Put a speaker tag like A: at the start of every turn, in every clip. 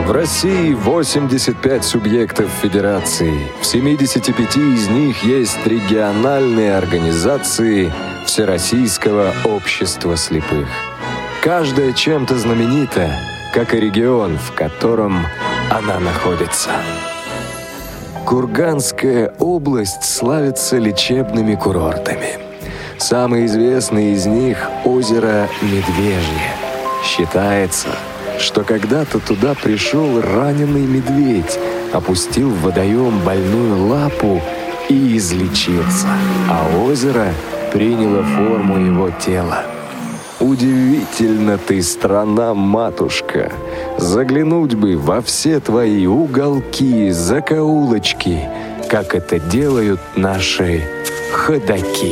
A: В России 85 субъектов федерации. В 75 из них есть региональные организации Всероссийского общества слепых. Каждая чем-то знаменита, как и регион, в котором она находится. Курганская область славится лечебными курортами. Самый известный из них – озеро Медвежье. Считается, что когда-то туда пришел раненый медведь, опустил в водоем больную лапу и излечился, а озеро приняло форму его тела. Удивительно ты, страна-матушка! Заглянуть бы во все твои уголки, закоулочки, как это делают наши ходаки.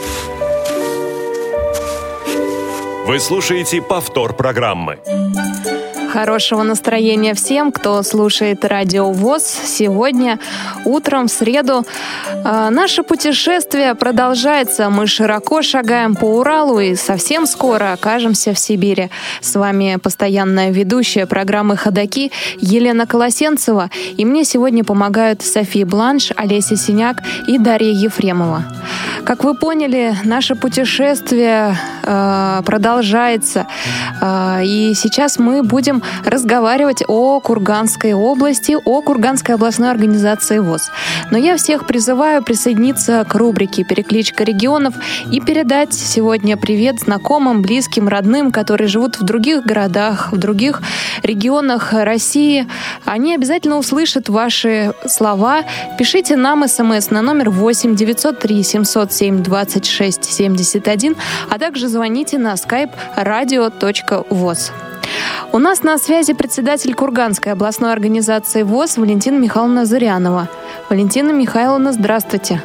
B: Вы слушаете повтор программы.
C: Хорошего настроения всем, кто слушает Радио ВОС. Сегодня утром, в среду, наше путешествие продолжается. Мы широко шагаем по Уралу и совсем скоро окажемся в Сибири. С вами постоянная ведущая программы «Ходаки» Елена Колосенцева. И мне сегодня помогают София Бланш, Олеся Синяк и Дарья Ефремова. Как вы поняли, наше путешествие продолжается. И сейчас мы будем разговаривать о Курганской области, о Курганской областной организации ВОС. Но я всех призываю присоединиться к рубрике «Перекличка регионов» и передать сегодня привет знакомым, близким, родным, которые живут в других городах, в других регионах России. Они обязательно услышат ваши слова. Пишите нам смс на номер 8 903 707 26 71, а также звоните на skype radio.voz. У нас на связи председатель Курганской областной организации ВОС Валентина Михайловна Зырянова. Валентина Михайловна, здравствуйте.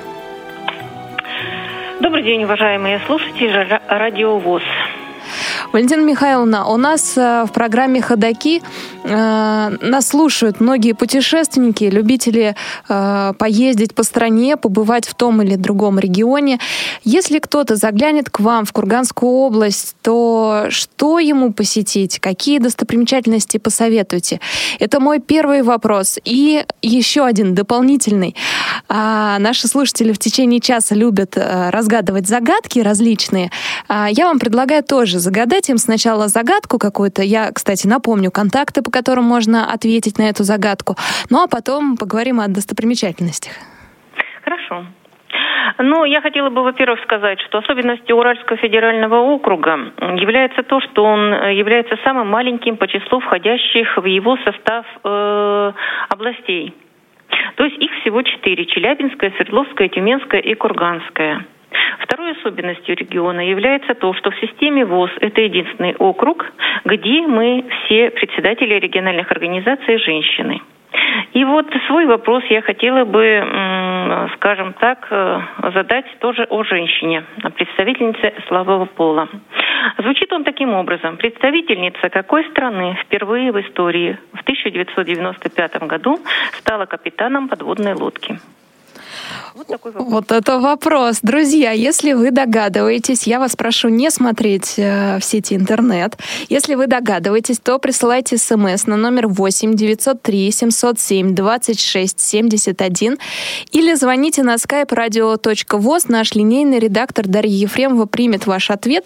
D: Добрый день, уважаемые слушатели Радио ВОС.
C: Валентина Михайловна, у нас в программе «Ходаки» нас слушают многие путешественники, любители поездить по стране, побывать в том или другом регионе. Если кто-то заглянет к вам в Курганскую область, то что ему посетить? Какие достопримечательности посоветуете? Это мой первый вопрос. И еще один дополнительный. Наши слушатели в течение часа любят разгадывать загадки различные. Я вам предлагаю тоже загадать им сначала загадку какую-то. Я, кстати, напомню контакты, по которым можно ответить на эту загадку. Ну а потом поговорим о достопримечательностях.
D: Хорошо. Ну, я хотела бы, во-первых, сказать, что особенностью Уральского федерального округа является то, что он является самым маленьким по числу входящих в его состав областей. То есть их всего 4: Челябинская, Свердловская, Тюменская и Курганская. Второй особенностью региона является то, что в системе ВОС это единственный округ, где мы все председатели региональных организаций женщины. И вот свой вопрос я хотела бы, скажем так, задать тоже о женщине, о представительнице слабого пола. Звучит он таким образом. Представительница какой страны впервые в истории в 1995 году стала капитаном подводной лодки? Вот такой вопрос.
C: Вот это вопрос. Друзья, если вы догадываетесь, я вас прошу не смотреть в сети интернет. Если вы догадываетесь, то присылайте смс на номер 8 903 707 26 71 или звоните на skype radio.voz. Наш линейный редактор Дарья Ефремова примет ваш ответ.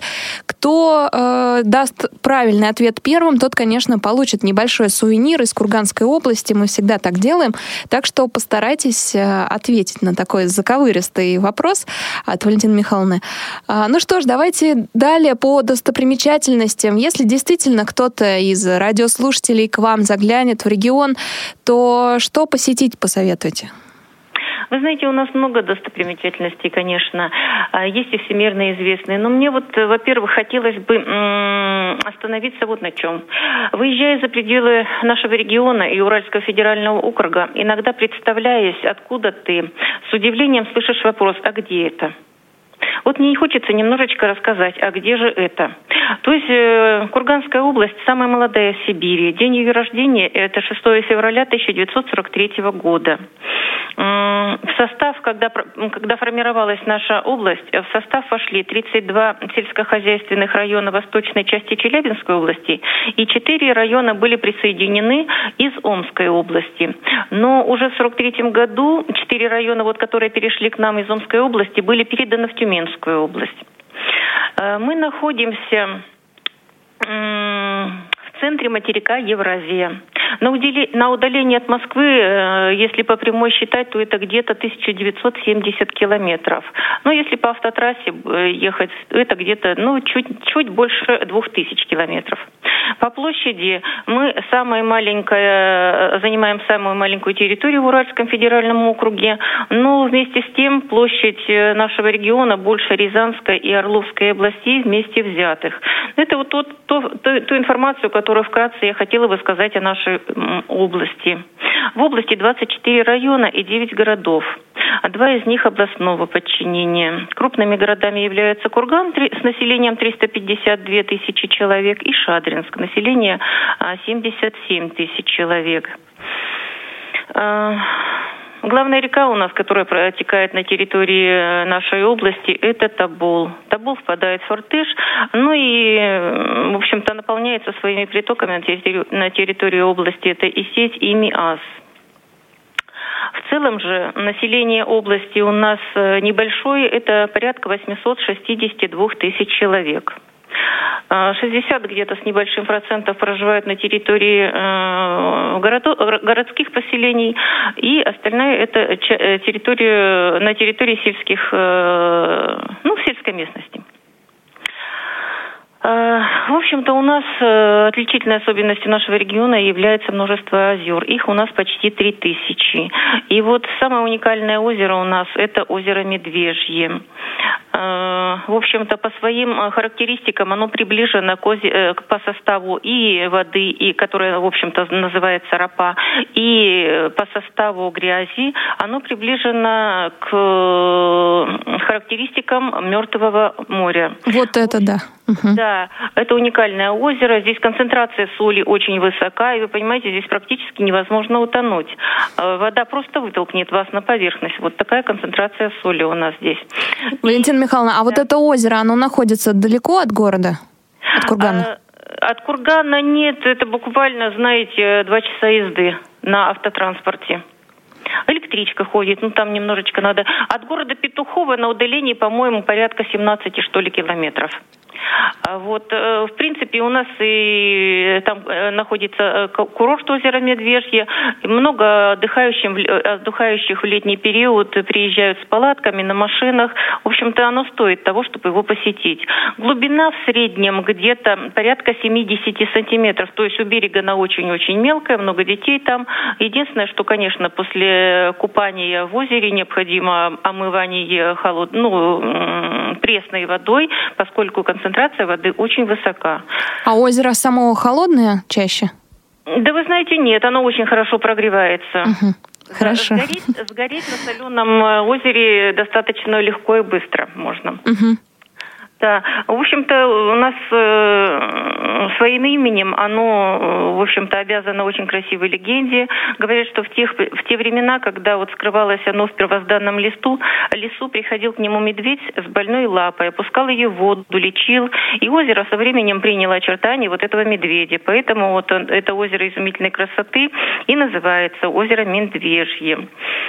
C: Кто даст правильный ответ первым, тот, конечно, получит небольшой сувенир из Курганской области. Мы всегда так делаем. Так что постарайтесь ответить на такой заковыристый вопрос от Валентины Михайловны. Ну что ж, давайте далее по достопримечательностям. Если действительно кто-то из радиослушателей к вам заглянет в регион, то что посетить посоветуете?
D: Вы знаете, у нас много достопримечательностей, конечно, есть и всемирно известные. Но мне вот, во-первых, хотелось бы остановиться вот на чем. Выезжая за пределы нашего региона и Уральского федерального округа, иногда представляясь, откуда ты, с удивлением слышишь вопрос: а где это? Вот мне и хочется немножечко рассказать, а где же это? То есть Курганская область самая молодая в Сибири. День ее рождения – это 6 февраля 1943 года. В состав, когда формировалась наша область, в состав вошли 32 сельскохозяйственных района восточной части Челябинской области, и 4 района были присоединены из Омской области. Но уже в 1943 году 4 района, которые перешли к нам из Омской области, были переданы в Тюменскую область. Мы находимся в центре материка Евразия. На удалении от Москвы, если по прямой считать, то это где-то 1970 километров. Но если по автотрассе ехать, это где-то чуть больше 2000 километров. По площади мы занимаем самую маленькую территорию в Уральском федеральном округе, но вместе с тем площадь нашего региона больше Рязанской и Орловской областей вместе взятых. Это вот ту информацию, которую вкратце я хотела бы сказать о нашей области. В области 24 района и 9 городов. 2 из них областного подчинения. Крупными городами являются Курган с населением 352 тысячи человек и Шадринск, население 77 тысяч человек. Главная река у нас, которая протекает на территории нашей области, это Тобол. Тобол впадает в Фортыш, и, в общем-то, наполняется своими притоками на территории области. Это Исеть и Миас. В целом же население области у нас небольшое, это порядка 862 тысяч человек. 60 где-то с небольшим процентов проживают на территории городских поселений, и остальное это территория на территории сельских, сельской местности. В общем-то, у нас отличительной особенностью нашего региона является множество озер. Их у нас почти 3000. И вот самое уникальное озеро у нас – это озеро Медвежье. В общем-то, по своим характеристикам оно приближено по составу и воды, и которая, в общем-то, называется ропа, и по составу грязи оно приближено к характеристикам Мертвого моря.
C: Вот это да.
D: Да, это уникальное озеро. Здесь концентрация соли очень высока, и вы понимаете, здесь практически невозможно утонуть. Вода просто вытолкнет вас на поверхность. Вот такая концентрация соли у нас здесь.
C: Валентина Михайловна, а вот это озеро, оно находится далеко от города, от Кургана?
D: От Кургана нет, это буквально, 2 часа езды на автотранспорте. Электричка ходит, там немножечко надо. От города Петухово на удалении, по-моему, порядка 17, километров. Вот, в принципе, у нас и там находится курорт озера Медвежье. Много отдыхающих в летний период приезжают с палатками, на машинах. В общем-то, оно стоит того, чтобы его посетить. Глубина в среднем где-то порядка 70 сантиметров. То есть у берега она очень-очень мелкая, много детей там. Единственное, что, конечно, после купания в озере необходимо омывание пресной водой, поскольку концентрация воды очень высока.
C: А озеро само холодное чаще?
D: Да вы знаете, нет, оно очень хорошо прогревается.
C: Угу. Хорошо.
D: Сгореть на соленом озере достаточно легко и быстро можно.
C: Угу.
D: Да, в общем-то, у нас своим именем оно, в общем-то, обязано очень красивой легенде. Говорят, что в те времена, когда скрывалось оно в первозданном лесу, приходил к нему медведь с больной лапой, опускал ее в воду, лечил, и озеро со временем приняло очертания этого медведя. Поэтому это озеро изумительной красоты и называется озеро Медвежье.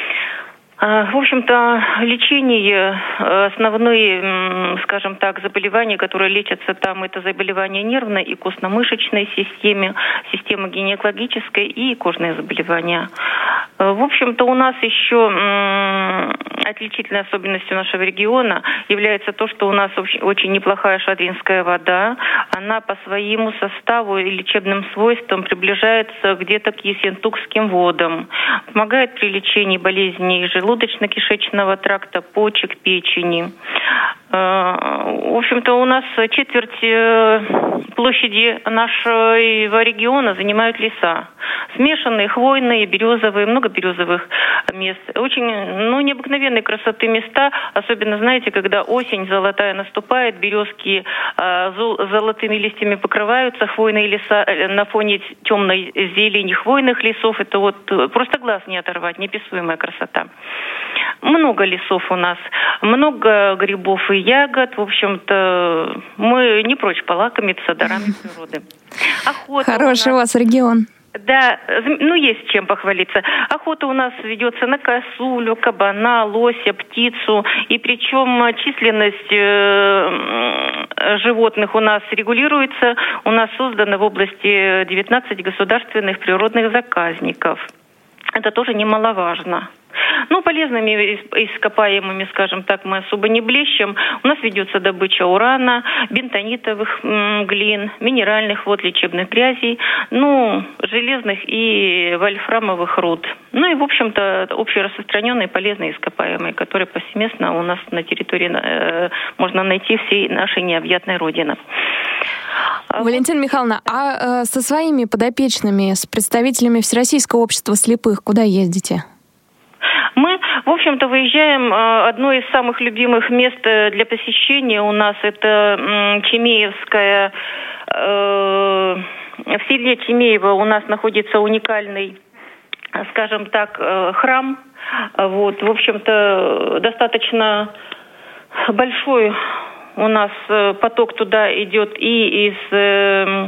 D: В общем-то, лечение, основные, скажем так, заболевания, которые лечатся там, это заболевания нервной и костно-мышечной системы гинекологической и кожные заболевания. В общем-то, у нас еще отличительной особенностью нашего региона является то, что у нас очень неплохая шадринская вода. Она по своему составу и лечебным свойствам приближается где-то к ессентукским водам. Помогает при лечении болезней желудочно-кишечного тракта, почек, печени. В общем-то, у нас четверть площади нашего региона занимают леса. Смешанные, хвойные, березовые, много березовых мест. Очень, необыкновенной красоты места, особенно, знаете, когда осень золотая наступает, березки золотыми листьями покрываются, хвойные леса на фоне темной зелени хвойных лесов, это вот просто глаз не оторвать, неописуемая красота. Много лесов у нас, много грибов и ягод, в общем-то, мы не прочь полакомиться дарами природы. Охота.
C: Хороший у вас регион.
D: Да, есть чем похвалиться. Охота у нас ведется на косулю, кабана, лося, птицу. И причем численность животных у нас регулируется. У нас создано в области 19 государственных природных заказников. Это тоже немаловажно. Полезными ископаемыми, скажем так, мы особо не блещем. У нас ведется добыча урана, бентонитовых глин, минеральных вод, лечебных грязей, железных и вольфрамовых руд. И, в общем-то, общераспространенные полезные ископаемые, которые повсеместно у нас на территории можно найти всей нашей необъятной Родины.
C: Валентина Михайловна, а со своими подопечными, с представителями Всероссийского общества слепых куда ездите?
D: Мы, в общем-то, выезжаем. Одно из самых любимых мест для посещения у нас это Чемеевская. В селе Чемеево у нас находится уникальный, скажем так, храм. Вот, в общем-то, достаточно большой у нас поток туда идет и из...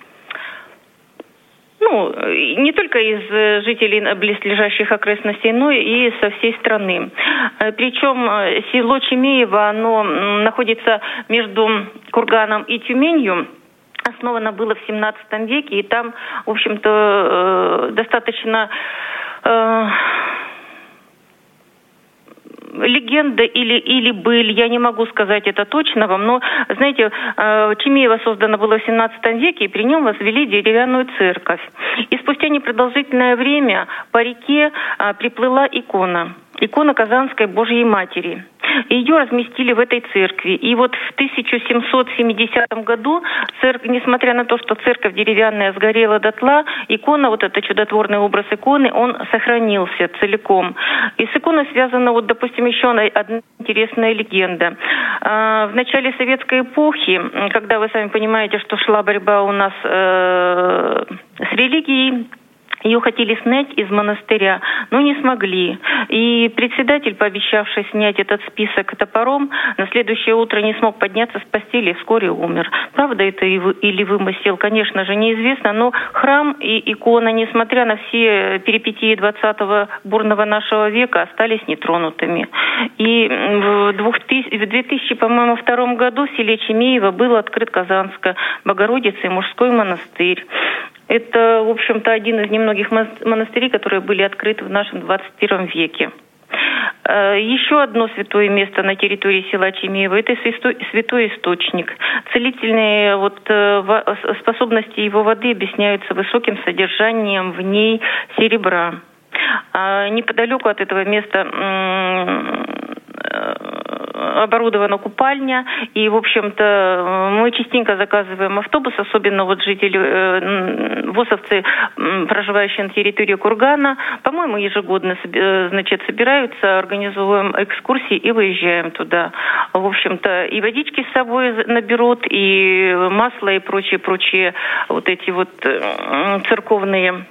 D: не только из жителей близлежащих окрестностей, но и со всей страны. Причем село Чемеево, оно находится между Курганом и Тюменью. Основано было в 17 веке, и там, в общем-то, достаточно... легенда или быль, я не могу сказать это точно вам, но, знаете, Чемеево создано было в 17 веке, и при нем возвели деревянную церковь. И спустя непродолжительное время по реке приплыла икона Казанской Божьей Матери. Ее разместили в этой церкви. И вот в 1770 году, несмотря на то, что церковь деревянная сгорела дотла, икона, вот этот чудотворный образ иконы, он сохранился целиком. И с иконой связана, допустим, еще одна интересная легенда. В начале советской эпохи, когда вы сами понимаете, что шла борьба у нас с религией, ее хотели снять из монастыря, но не смогли. И председатель, пообещавший снять этот список топором, на следующее утро не смог подняться с постели и вскоре умер. Правда это или вымысел, конечно же, неизвестно, но храм и икона, несмотря на все перипетии 20-го бурного нашего века, остались нетронутыми. И в 2002 году в селе Чемеево был открыт Казанско-Богородицы мужской монастырь. Это, в общем-то, один из немногих монастырей, которые были открыты в нашем 21 веке. Еще одно святое место на территории села Чемеево – это святой источник. Целительные способности его воды объясняются высоким содержанием в ней серебра. Неподалеку от этого места оборудована купальня, и, в общем-то, мы частенько заказываем автобус, особенно жители, восовцы, проживающие на территории Кургана, по-моему, ежегодно, собираются, организовываем экскурсии и выезжаем туда. В общем-то, и водички с собой наберут, и масло, и прочие вот эти вот церковные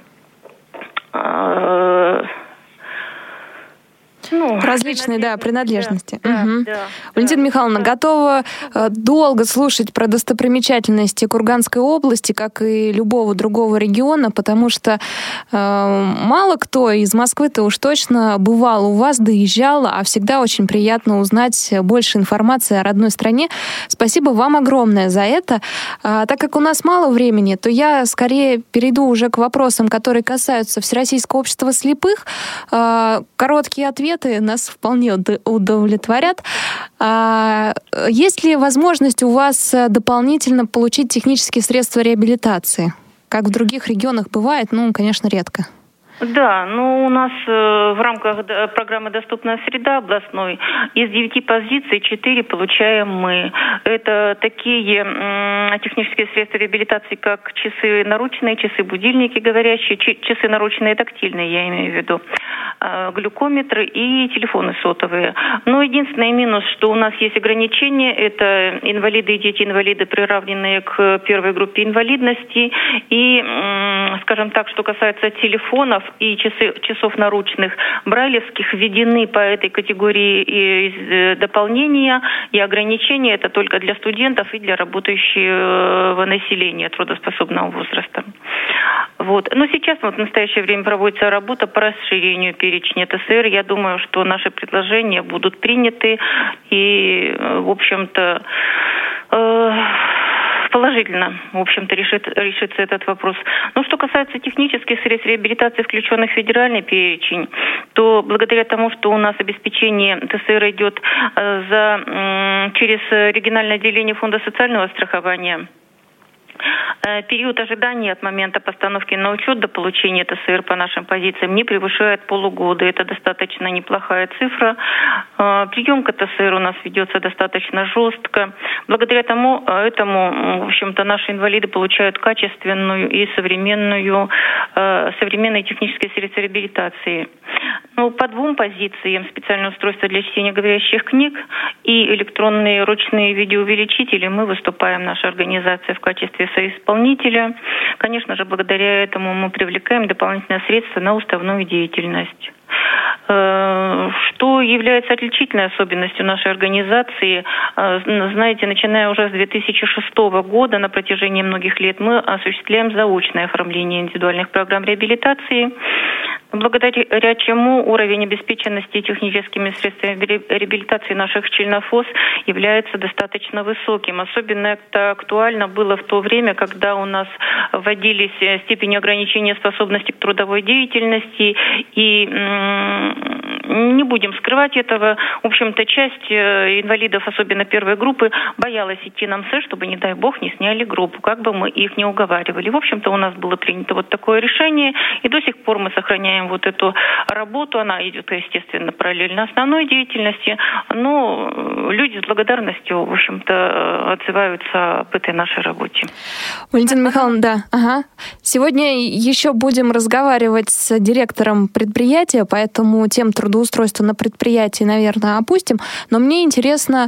C: различные, принадлежности.
D: Да,
C: Валентина Михайловна, готова долго слушать про достопримечательности Курганской области, как и любого другого региона, потому что мало кто из Москвы-то уж точно бывал у вас, доезжал, а всегда очень приятно узнать больше информации о родной стране. Спасибо вам огромное за это. Так как у нас мало времени, то я скорее перейду уже к вопросам, которые касаются Всероссийского общества слепых. Короткие ответы нас вполне удовлетворят. Есть ли возможность у вас дополнительно получить технические средства реабилитации? Как в других регионах бывает, конечно, редко.
D: Да, у нас в рамках программы «Доступная среда» областной из 9 позиций 4 получаем мы. Это такие технические средства реабилитации, как часы наручные, часы-будильники говорящие, часы наручные тактильные, я имею в виду, глюкометры и телефоны сотовые. Но единственный минус, что у нас есть ограничения, это инвалиды и дети-инвалиды, приравненные к первой группе инвалидности. И, скажем так, что касается телефонов и часов наручных, брайлевских введены по этой категории дополнения и ограничения. Это только для студентов и для работающего населения трудоспособного возраста. Но сейчас в настоящее время проводится работа по расширению перечня ТСР. Я думаю, что наши предложения будут приняты и, в общем-то, положительно, решится этот вопрос. Но что касается технических средств реабилитации, включенных в федеральный перечень, то благодаря тому, что у нас обеспечение ТСР идет через региональное отделение Фонда социального страхования, период ожидания от момента постановки на учет до получения ТСР по нашим позициям не превышает полугода. Это достаточно неплохая цифра. Приемка ТСР у нас ведется достаточно жестко. Благодаря этому, в общем-то, наши инвалиды получают качественную и современные технические средства реабилитации. По 2 позициям: специальное устройство для чтения говорящих книг и электронные ручные видеоувеличители, мы выступаем, наша организация, в качестве соисполнителя. Конечно же, благодаря этому мы привлекаем дополнительные средства на уставную деятельность. Что является отличительной особенностью нашей организации, знаете, начиная уже с 2006 года, на протяжении многих лет мы осуществляем заочное оформление индивидуальных программ реабилитации, благодаря чему уровень обеспеченности техническими средствами реабилитации наших членов является достаточно высоким. Особенно это актуально было в то время, когда у нас вводились степени ограничения способности к трудовой деятельности, и не будем скрывать этого. В общем-то, часть инвалидов, особенно первой группы, боялась идти на МСЭ, чтобы, не дай бог, не сняли группу, как бы мы их не уговаривали. В общем-то, у нас было принято такое решение, и до сих пор мы сохраняем эту работу. Она идет, естественно, параллельно основной деятельности, но люди с благодарностью, в общем-то, отзываются об этой нашей работе.
C: Валентина Михайловна, да. Ага. Сегодня еще будем разговаривать с директором предприятия, поэтому тему трудоустройства на предприятии, наверное, опустим. Но мне интересно,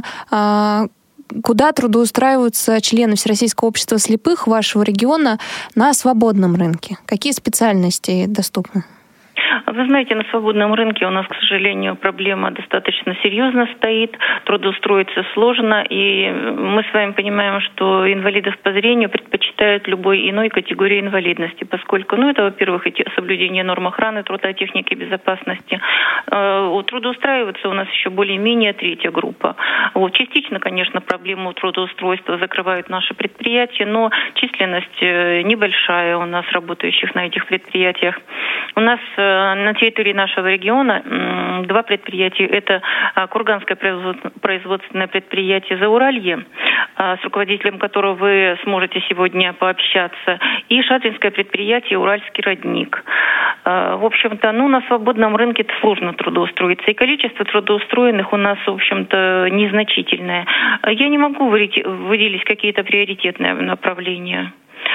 C: куда трудоустраиваются члены Всероссийского общества слепых вашего региона на свободном рынке? Какие специальности доступны?
D: Вы знаете, на свободном рынке у нас, к сожалению, проблема достаточно серьезно стоит. Трудоустроиться сложно, и мы с вами понимаем, что инвалидов по зрению предпочитают любой иной категории инвалидности, поскольку, это, во-первых, соблюдение норм охраны труда, техники безопасности. Трудоустраиваться у нас еще более-менее 3-я группа. Частично, конечно, проблему трудоустройства закрывают наши предприятия, но численность небольшая у нас работающих на этих предприятиях. У нас на территории нашего региона 2 предприятия. Это Курганское производственное предприятие «Зауралье», с руководителем которого вы сможете сегодня пообщаться, и Шадринское предприятие «Уральский родник». В общем-то, на свободном рынке это сложно трудоустроиться, и количество трудоустроенных у нас, в общем-то, незначительное. Я не могу выделить какие-то приоритетные направления.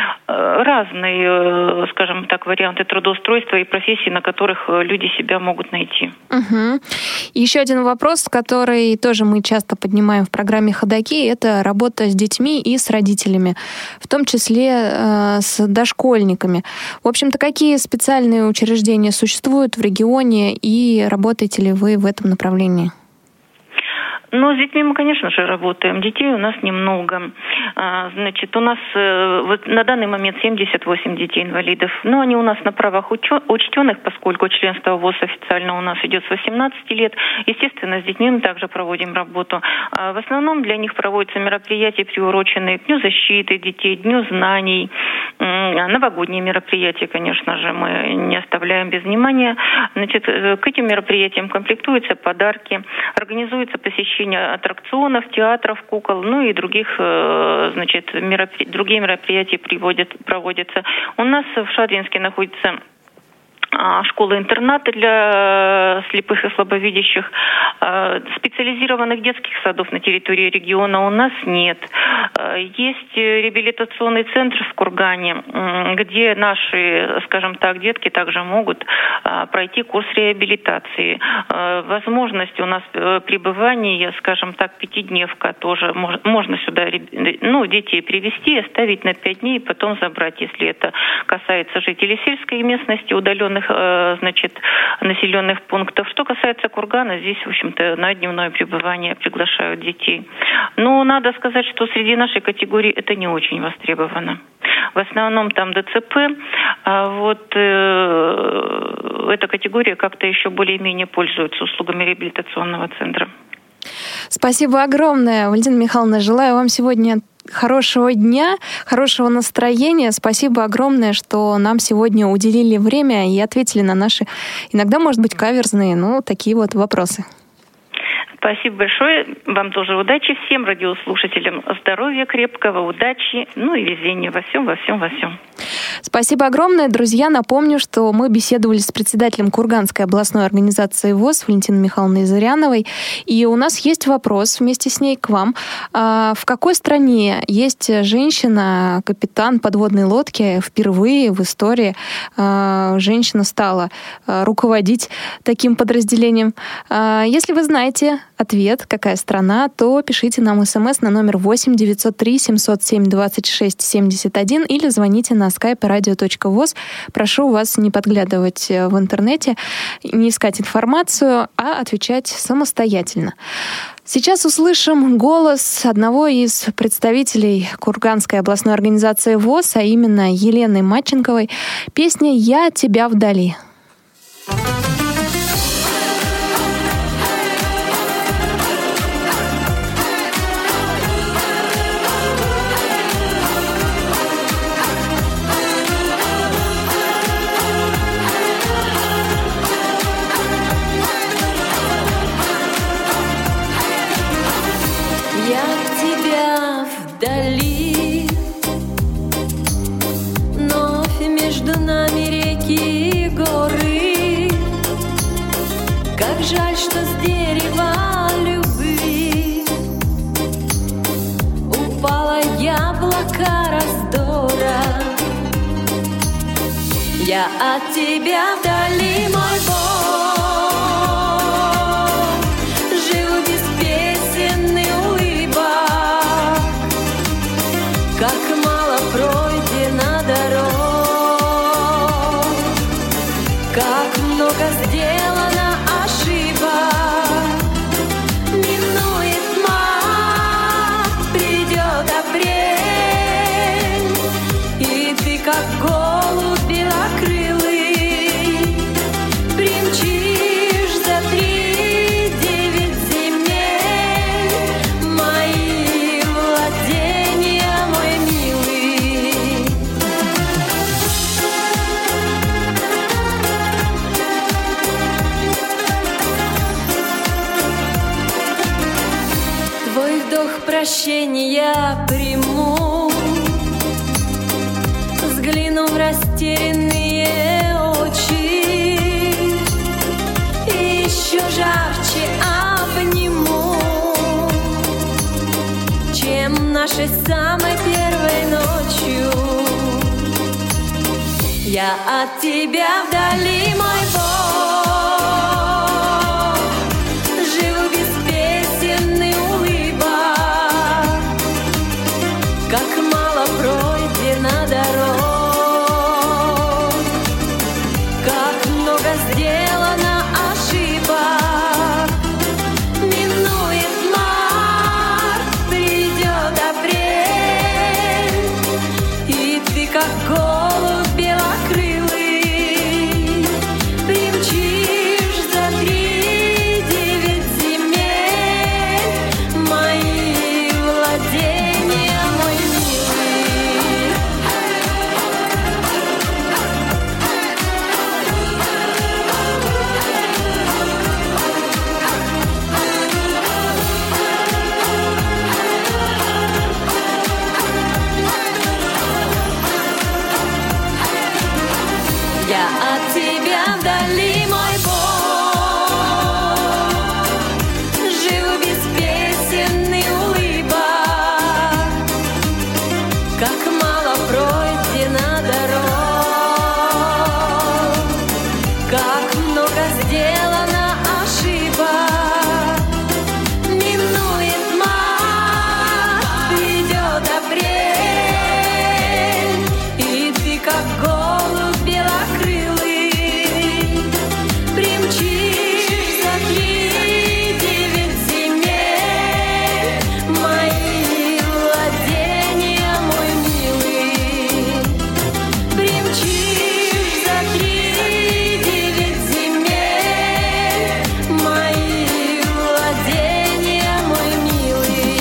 D: Разные, скажем так, варианты трудоустройства и профессий, на которых люди себя могут найти.
C: Угу. Еще один вопрос, который тоже мы часто поднимаем в программе «Ходоки», это работа с детьми и с родителями, в том числе с дошкольниками. В общем-то, какие специальные учреждения существуют в регионе, и работаете ли вы в этом направлении?
D: С детьми мы, конечно же, работаем. Детей у нас немного. У нас на данный момент 78 детей-инвалидов. Но они у нас на правах учтенных, поскольку членство в ВОС официально у нас идет с 18 лет. Естественно, с детьми мы также проводим работу. В основном для них проводятся мероприятия, приуроченные к Дню защиты детей, Дню знаний. Новогодние мероприятия, конечно же, мы не оставляем без внимания. К этим мероприятиям комплектуются подарки, организуется посещение аттракционов, театров, кукол, и других, другие мероприятия проводятся. У нас в Шадринске находится школы-интернаты для слепых и слабовидящих. Специализированных детских садов на территории региона у нас нет. Есть реабилитационный центр в Кургане, где наши, скажем так, детки также могут пройти курс реабилитации. Возможность у нас пребывания, скажем так, 5-дневка тоже. Можно сюда детей привезти, оставить на 5 дней и потом забрать, если это касается жителей сельской местности, удаленных, населенных пунктов. Что касается Кургана, здесь, в общем-то, на дневное пребывание приглашают детей. Но надо сказать, что среди нашей категории это не очень востребовано. В основном там ДЦП, а эта категория как-то еще более-менее пользуется услугами реабилитационного центра.
C: Спасибо огромное, Валентина Михайловна. Желаю вам сегодня хорошего дня, хорошего настроения. Спасибо огромное, что нам сегодня уделили время и ответили на наши, иногда, может быть, каверзные, такие вот вопросы.
D: Спасибо большое. Вам тоже удачи. Всем радиослушателям здоровья крепкого, удачи, и везения во всем.
C: Спасибо огромное, друзья. Напомню, что мы беседовали с председателем Курганской областной организации ВОС Валентиной Михайловной Зыряновой. И у нас есть вопрос вместе с ней к вам. В какой стране есть женщина, капитан подводной лодки? Впервые в истории женщина стала руководить таким подразделением. Если вы знаете ответ, какая страна, то пишите нам смс на номер 8 903 707 26 71 или звоните на skype radio.voz. Прошу вас не подглядывать в интернете, не искать информацию, а отвечать самостоятельно. Сейчас услышим голос одного из представителей Курганской областной организации ВОС, а именно Елены Матченковой. Песня «Я тебя вдали».
E: Жаль, что с дерева любви упало яблоко раздора. Я от тебя вдали, мой Бог, живу без песен и улыбок, как мало пройдено дорог, как много сделано ошибок. Минует май, придет апрель, и ты, как голубь белокрылый, примчишь за 3-9 земель мои владения, мой милый. Твой вдох прощения приму, взгляну в растерянные очи и еще жарче обниму, чем нашей самой первой ночью. Я от тебя вдали, мой Бог, живу без песен и улыбок, как мало пройдено дорог, как много сделано ошибок. Минует март, придет апрель, и ты, как голубь белокрылый, примчишь Я от тебя вдали, мой Бог. Живу без песен и улыбок. Как мало пройдено дорог, как много сделано ошибок. Минует март, придет апрель, и ты, как голубь белокрылый, примчишь за 3-9 земель мои владения, мой милый. Примчишь за 3-9 земель мои владения, мой милый.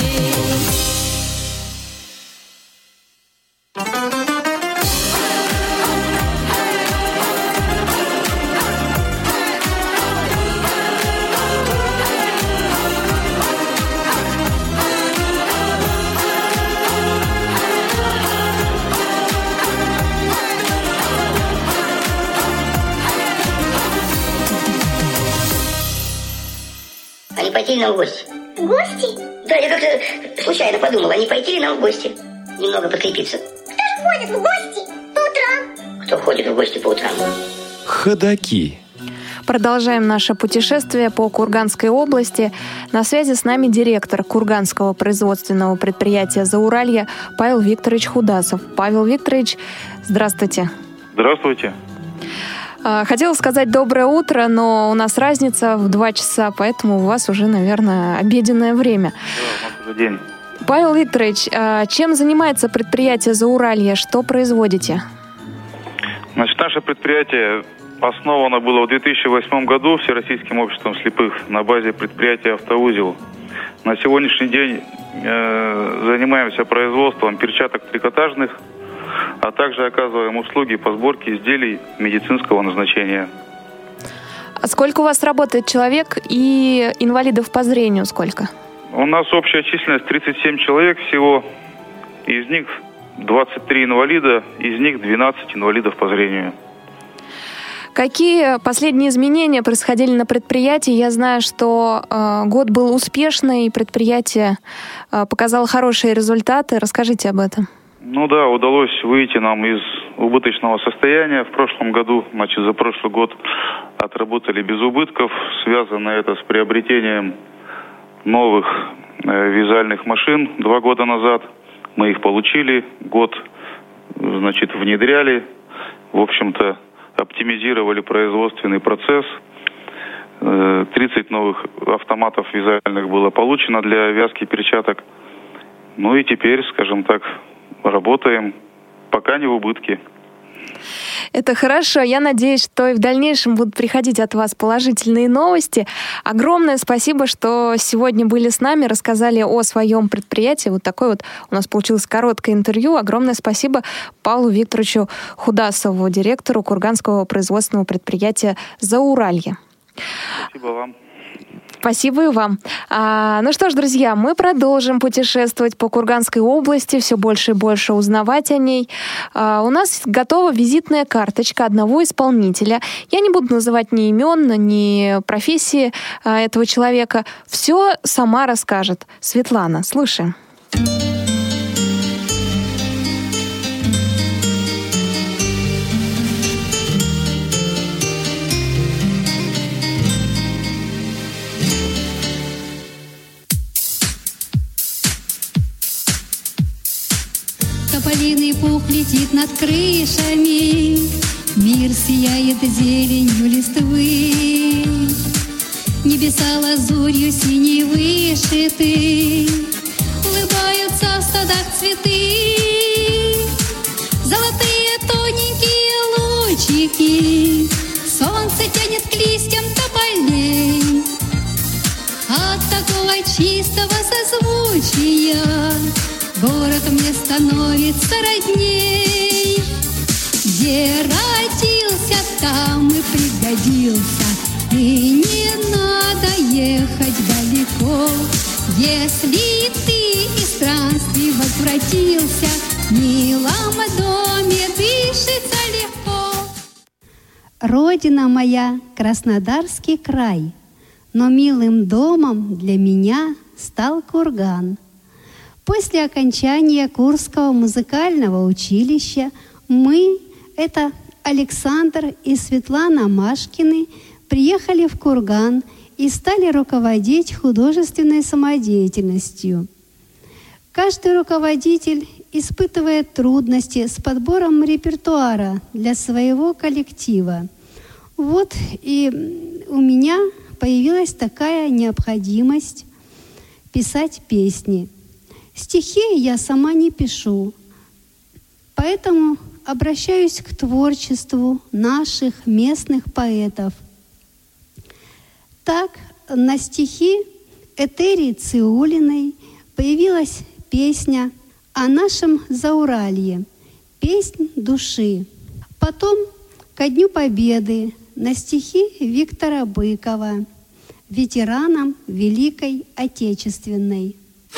F: А не пойти ли нам в гости? В гости? Да, я как-то случайно подумала, не пойти ли нам в гости? Немного подкрепиться. Кто же ходит в гости по утрам? Кто ходит в гости по утрам?
A: Ходаки.
C: Продолжаем наше путешествие по Курганской области. На связи с нами директор Курганского производственного предприятия «Зауралье» Павел Викторович Худасов. Павел Викторович, здравствуйте.
G: Здравствуйте.
C: Хотела сказать доброе утро, но у нас разница в 2 часа, поэтому у вас уже, наверное, обеденное время.
G: Да, у нас уже день.
C: Павел Викторович, чем занимается предприятие «Зауралье»? Что производите?
G: Значит, наше предприятие основано было в 2008 году Всероссийским обществом слепых на базе предприятия «Автоузел». На сегодняшний день занимаемся производством перчаток трикотажных, а также оказываем услуги по сборке изделий медицинского назначения.
C: А сколько у вас работает человек и инвалидов по зрению сколько?
G: У нас общая численность 37 человек всего, из них 23 инвалида, из них 12 инвалидов по зрению.
C: Какие последние изменения происходили на предприятии? Я знаю, что год был успешный, и предприятие показало хорошие результаты. Расскажите об этом.
G: Ну да, удалось выйти нам из убыточного состояния. В прошлом году, значит, за прошлый год отработали без убытков. Связано это с приобретением новых вязальных машин 2 года назад. Мы их получили, год, значит, внедряли. В общем-то, оптимизировали производственный процесс. 30 новых автоматов вязальных было получено для вязки перчаток. Ну и теперь, скажем так, работаем, пока не в убытке.
C: Это хорошо. Я надеюсь, что и в дальнейшем будут приходить от вас положительные новости. Огромное спасибо, что сегодня были с нами, рассказали о своем предприятии. Вот такое вот у нас получилось короткое интервью. Огромное спасибо Павлу Викторовичу Худасову, директору Курганского производственного предприятия «Зауралье».
G: Спасибо вам.
C: Спасибо и вам. Ну что ж, друзья, мы продолжим путешествовать по Курганской области, все больше и больше узнавать о ней. У нас готова визитная карточка одного исполнителя. Я не буду называть ни имен, ни профессии этого человека. Все сама расскажет Светлана. Слушаем.
H: Тополиный пух летит над крышами, мир сияет зеленью листвы. Небеса лазурью синей вышиты, улыбаются в садах цветы. Золотые тоненькие лучики солнце тянет к листьям тополей. От такого чистого созвучия город мне становится родней. Где родился, там и пригодился, и не надо ехать далеко. Если ты из странствий возвратился, в милом доме дышится легко. Родина моя — Краснодарский край, но милым домом для меня стал Курган. После окончания Курского музыкального училища мы, это Александр и Светлана Машкины, приехали в Курган и стали руководить художественной самодеятельностью. Каждый руководитель испытывает трудности с подбором репертуара для своего коллектива. Вот и у меня появилась такая необходимость писать песни. Стихи я сама не пишу, поэтому обращаюсь к творчеству наших местных поэтов. Так, на стихи Этери Циулиной появилась песня о нашем Зауралье, «Песнь души». Потом ко Дню Победы на стихи Виктора Быкова, ветеранам Великой Отечественной.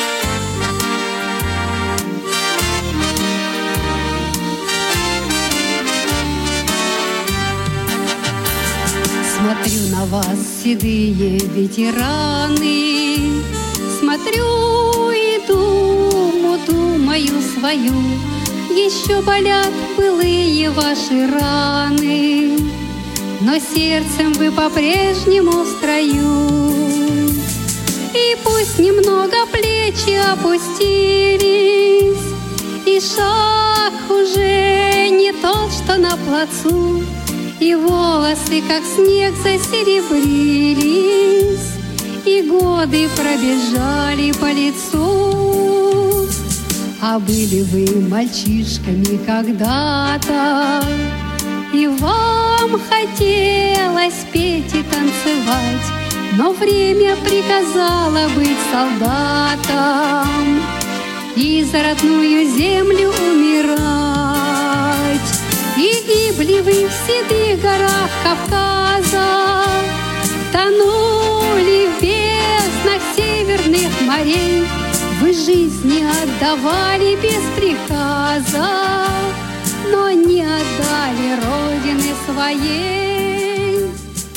I: Смотрю на вас, седые ветераны, смотрю и думаю свою, еще болят былые ваши раны, но сердцем вы по-прежнему в строю. И пусть немного плечи опустились, и шаг уже не тот, что на плацу, и волосы, как снег, засеребрились, и годы пробежали по лицу. А были вы мальчишками когда-то, и вам хотелось петь и танцевать, но время приказало быть солдатом и за родную землю умирать. И гибли вы в седых горах Кавказа, тонули в безднах северных морей. Вы жизни отдавали без приказа, но не отдали Родины своей.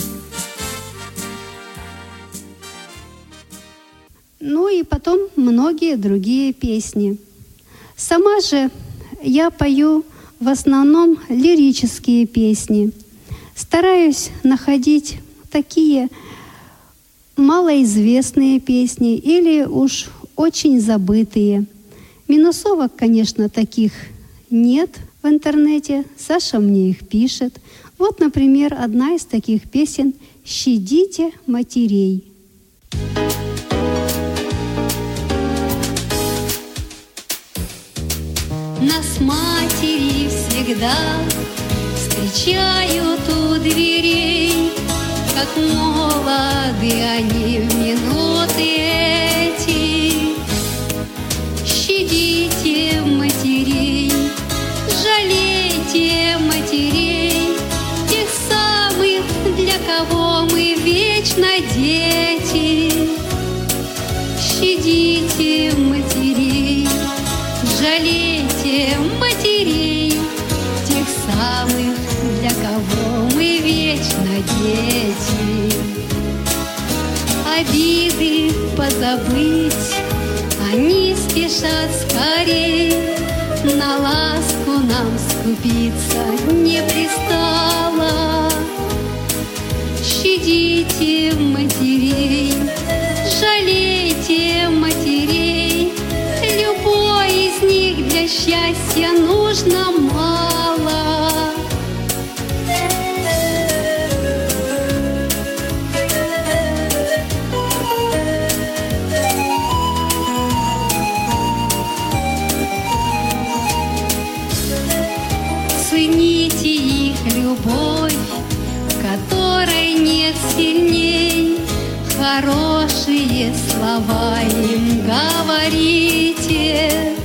H: Ну и потом многие другие песни. Сама же я пою в основном лирические песни. Стараюсь находить такие малоизвестные песни или уж очень забытые. Минусовок, конечно, таких нет в интернете. Саша мне их пишет. Вот, например, одна из таких песен «Щадите матерей».
I: Нас матери всегда встречают у дверей, как молоды они в минуты эти. Щадите матерей, жалейте матерей, тех самых, для кого мы вечно дети. Щадите матерей, жалейте матерей, тех самых, для кого мы вечно дети. Обиды позабыть, они спешат скорей, на ласку нам скупиться не пристало. Щадите матерей, жалейте матерей, любой из них для счастья нужно мало. Цените их любовь, которой нет сильней, хорошие слова им говорите.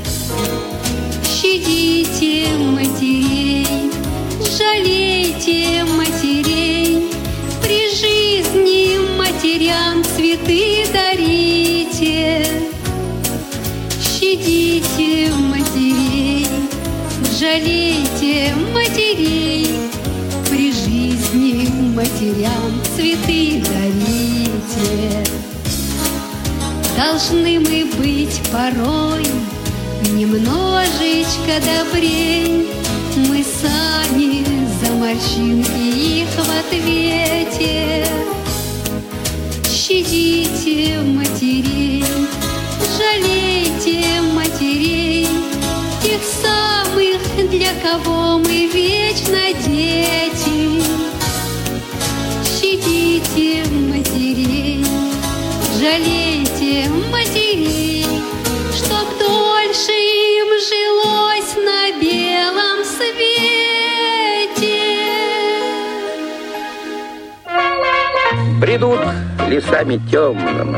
I: Щадите матерей, жалейте матерей, при жизни матерям цветы дарите. Щадите матерей, жалейте матерей, при жизни матерям цветы дарите. Должны мы быть порой немножечко добрей. Мы сами за морщинки их в ответе. Щадите матерей, жалейте матерей, тех самых, для кого мы вечно дети. Щадите матерей, жалейте матерей, чтоб дольше им жилось на белом свете.
J: Бредут лесами темными,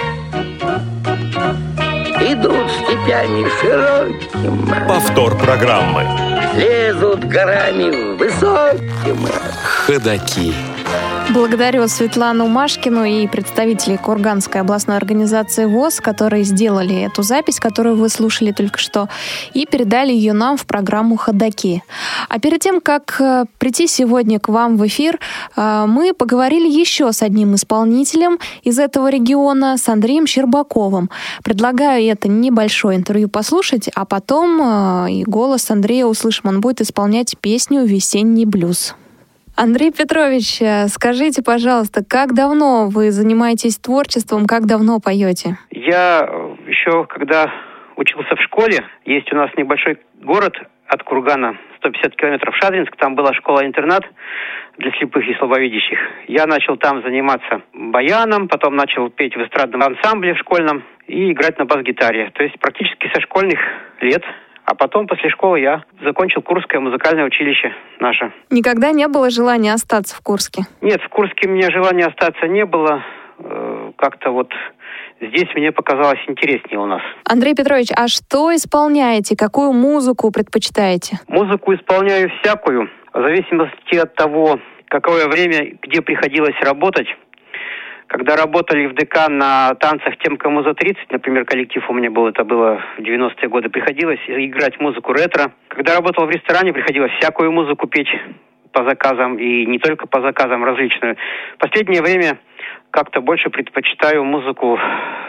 J: идут степями широкими.
B: Повтор программы.
J: Лезут горами высокими.
A: Ходаки.
C: Благодарю Светлану Машкину и представителей Курганской областной организации ВОС, которые сделали эту запись, которую вы слушали только что, и передали ее нам в программу «Ходаки». А перед тем, как прийти сегодня к вам в эфир, мы поговорили еще с одним исполнителем из этого региона, с Андреем Щербаковым. Предлагаю это небольшое интервью послушать, а потом и голос Андрея услышим. Он будет исполнять песню «Весенний блюз». Андрей Петрович, скажите, пожалуйста, как давно вы занимаетесь творчеством, как давно поете?
K: Я еще, когда учился в школе, есть у нас небольшой город от Кургана, 150 километров, Шадринск, там была школа-интернат для слепых и слабовидящих. Я начал там заниматься баяном, потом начал петь в эстрадном ансамбле в школьном и играть на бас-гитаре. То есть практически со школьных лет. А потом, после школы, я закончил Курское музыкальное училище наше.
C: Никогда не было желания остаться в Курске?
K: Нет, в Курске у меня желания остаться не было. Как-то вот здесь мне показалось интереснее у нас.
C: Андрей Петрович, а что исполняете? Какую музыку предпочитаете?
K: Музыку исполняю всякую. В зависимости от того, какое время, где приходилось работать. Когда работали в ДК на танцах «Тем, кому за 30», например, коллектив у меня был, это было в 90-е годы, приходилось играть музыку ретро. Когда работал в ресторане, приходилось всякую музыку петь по заказам, и не только по заказам, различную. В последнее время как-то больше предпочитаю музыку,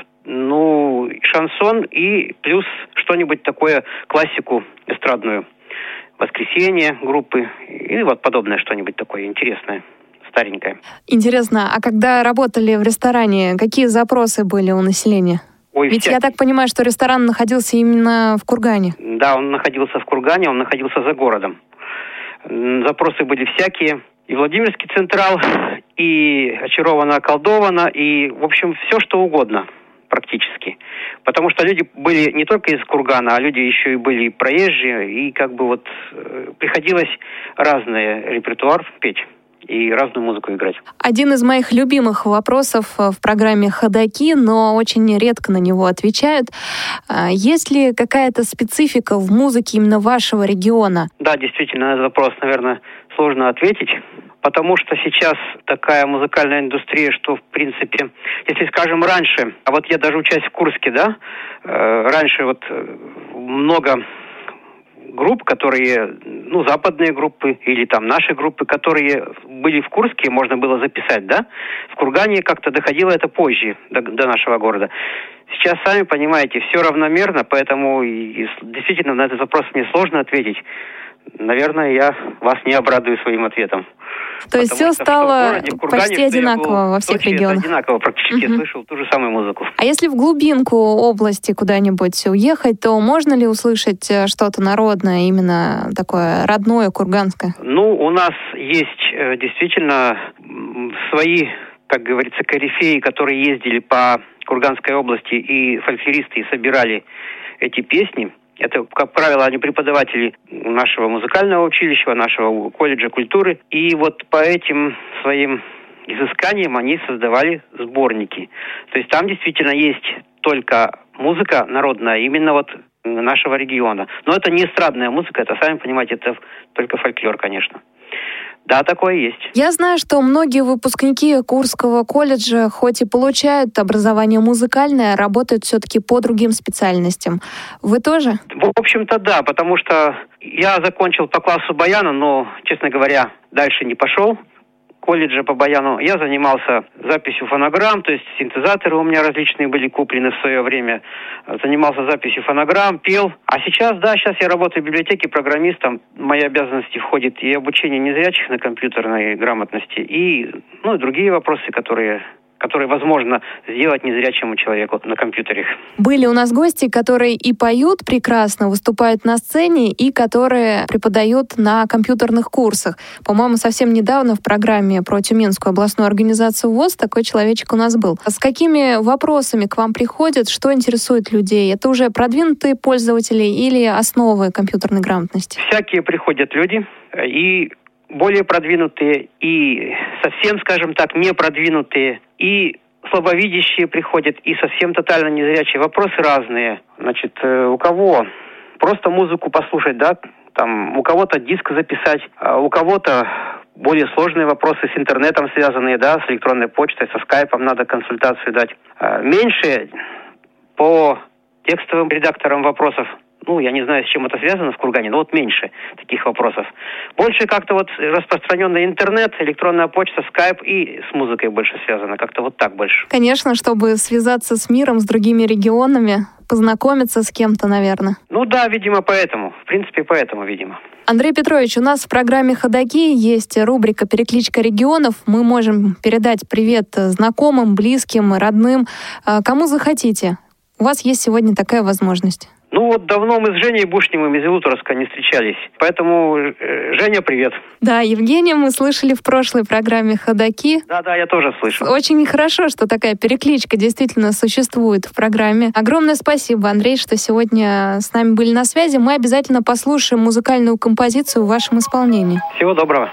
K: шансон и плюс что-нибудь такое, классику эстрадную. «Воскресенье» группы и вот подобное что-нибудь такое интересное. Старенькая.
C: Интересно, а когда работали в ресторане, какие запросы были у населения? Ведь я так понимаю, что ресторан находился именно в Кургане.
K: Да, он находился в Кургане, он находился за городом. Запросы были всякие. И Владимирский Централ, и очарованно, околдовано, и, в общем, все что угодно практически. Потому что люди были не только из Кургана, а люди еще и были проезжие, и приходилось разный репертуар петь и разную музыку играть.
C: Один из моих любимых вопросов в программе «Ходаки», но очень редко на него отвечают. Есть ли какая-то специфика в музыке именно вашего региона?
K: Да, действительно, на этот вопрос, наверное, сложно ответить, потому что сейчас такая музыкальная индустрия, что, в принципе, если, скажем, раньше, а вот я даже учась в Курске, да, раньше много групп, которые, западные группы или там наши группы, которые были в Курске, можно было записать, да? В Кургане как-то доходило это позже до нашего города. Сейчас, сами понимаете, все равномерно, поэтому действительно на этот вопрос мне сложно ответить. Наверное, я вас не обрадую своим ответом.
C: То есть все стало почти одинаково во всех регионах?
K: Одинаково практически. Я слышал ту же самую музыку.
C: А если в глубинку области куда-нибудь уехать, то можно ли услышать что-то народное, именно такое родное, курганское?
K: У нас есть действительно свои, как говорится, корифеи, которые ездили по Курганской области, и фольклористы, и собирали эти песни. Это, как правило, они преподаватели нашего музыкального училища, нашего колледжа культуры. И вот по этим своим изысканиям они создавали сборники. То есть там действительно есть только музыка народная, именно нашего региона. Но это не эстрадная музыка, это, сами понимаете, это только фольклор, конечно. Да, такое есть.
C: Я знаю, что многие выпускники Курского колледжа, хоть и получают образование музыкальное, работают все-таки по другим специальностям. Вы тоже?
K: В общем-то, да, потому что я закончил по классу баяна, но, честно говоря, дальше не пошел. колледже по баяну я занимался записью фонограмм, то есть синтезаторы у меня различные были куплены в свое время. Занимался записью фонограмм, пел. А сейчас я работаю в библиотеке программистом. В мои обязанности входит и обучение незрячих на компьютерной грамотности, и другие вопросы, которые возможно сделать незрячему человеку на компьютере.
C: Были у нас гости, которые и поют прекрасно, выступают на сцене, и которые преподают на компьютерных курсах. По-моему, совсем недавно в программе про Тюменскую областную организацию ВОС такой человечек у нас был. С какими вопросами к вам приходят, что интересует людей? Это уже продвинутые пользователи или основы компьютерной грамотности?
K: Всякие приходят люди, и более продвинутые, и совсем, скажем так, не продвинутые, и слабовидящие приходят, и совсем тотально незрячие. Вопросы разные. Значит, у кого просто музыку послушать, да, там, у кого-то диск записать, а у кого-то более сложные вопросы с интернетом связанные, да, с электронной почтой, со скайпом надо консультацию дать. Меньше по текстовым редакторам вопросов. Я не знаю, с чем это связано в Кургане, но меньше таких вопросов. Больше как-то распространенный интернет, электронная почта, скайп, и с музыкой больше связано. Как-то так больше.
C: Конечно, чтобы связаться с миром, с другими регионами, познакомиться с кем-то, наверное.
K: Видимо, поэтому. В принципе, поэтому, видимо.
C: Андрей Петрович, у нас в программе «Ходоки» есть рубрика «Перекличка регионов». Мы можем передать привет знакомым, близким, родным, кому захотите. У вас есть сегодня такая возможность.
K: Давно мы с Женей Бушневым из Илуторовска не встречались. Поэтому, Женя, привет.
C: Да, Евгения мы слышали в прошлой программе «Ходоки».
K: Да, я тоже слышал.
C: Очень хорошо, что такая перекличка действительно существует в программе. Огромное спасибо, Андрей, что сегодня с нами были на связи. Мы обязательно послушаем музыкальную композицию в вашем исполнении.
K: Всего доброго.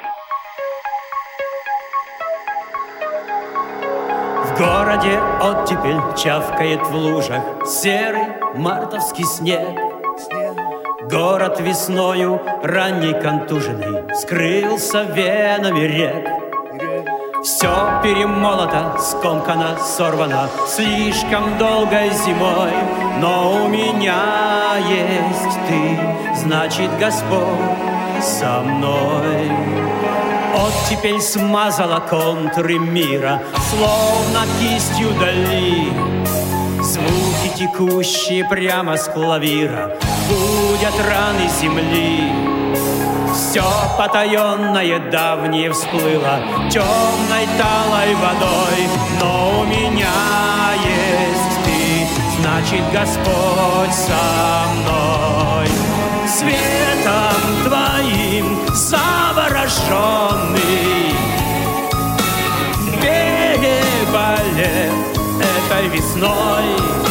L: В городе оттепель чавкает в лужах серый мартовский снег. Город весною ранней контуженный скрылся венами рек. Все перемолото, скомкано, сорвано слишком долгой зимой. Но у меня есть ты, значит, Господь со мной. Оттепель смазала контуры мира, словно кистью дали. Звуки, текущие прямо с клавира, будят раны земли. Все потаенное давнее всплыло темной талой водой. Но у меня есть ты, значит, Господь со мной. Светом твоим завороженный, переболев этой весной,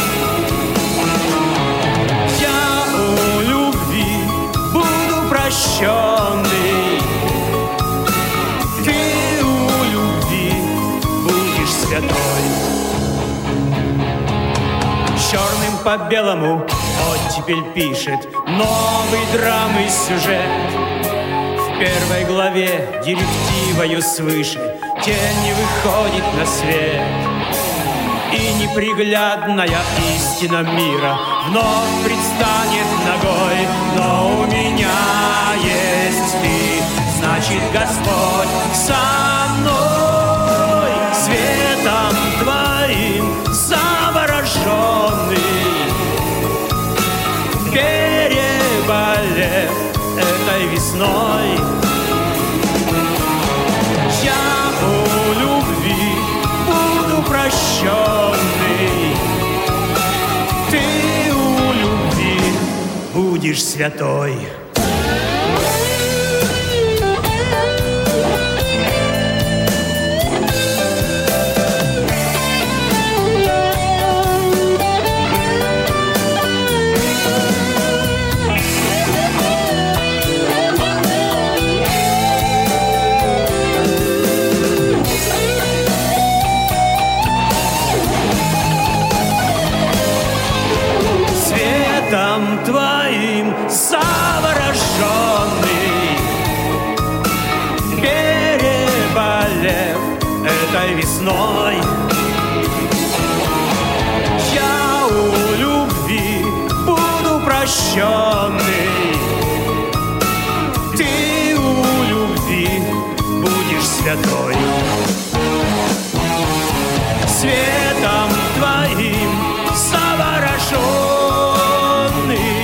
L: я у любви буду прощенный. Ты у любви будешь святой. Черным по белому оттепель пишет новый драмы сюжет. В первой главе директивою свыше тень не выходит на свет. И неприглядная истина мира вновь предстанет ногой. Но у меня есть ты, значит, Господь со мной. Светом твоим завороженный, переболев этой весной, я у любви буду прощенный. Ты у любви будешь святой. Светом твоим завороженный, переболев этой весной, я у любви буду прощенный. Ты у любви будешь святой. Светом твоим завороженный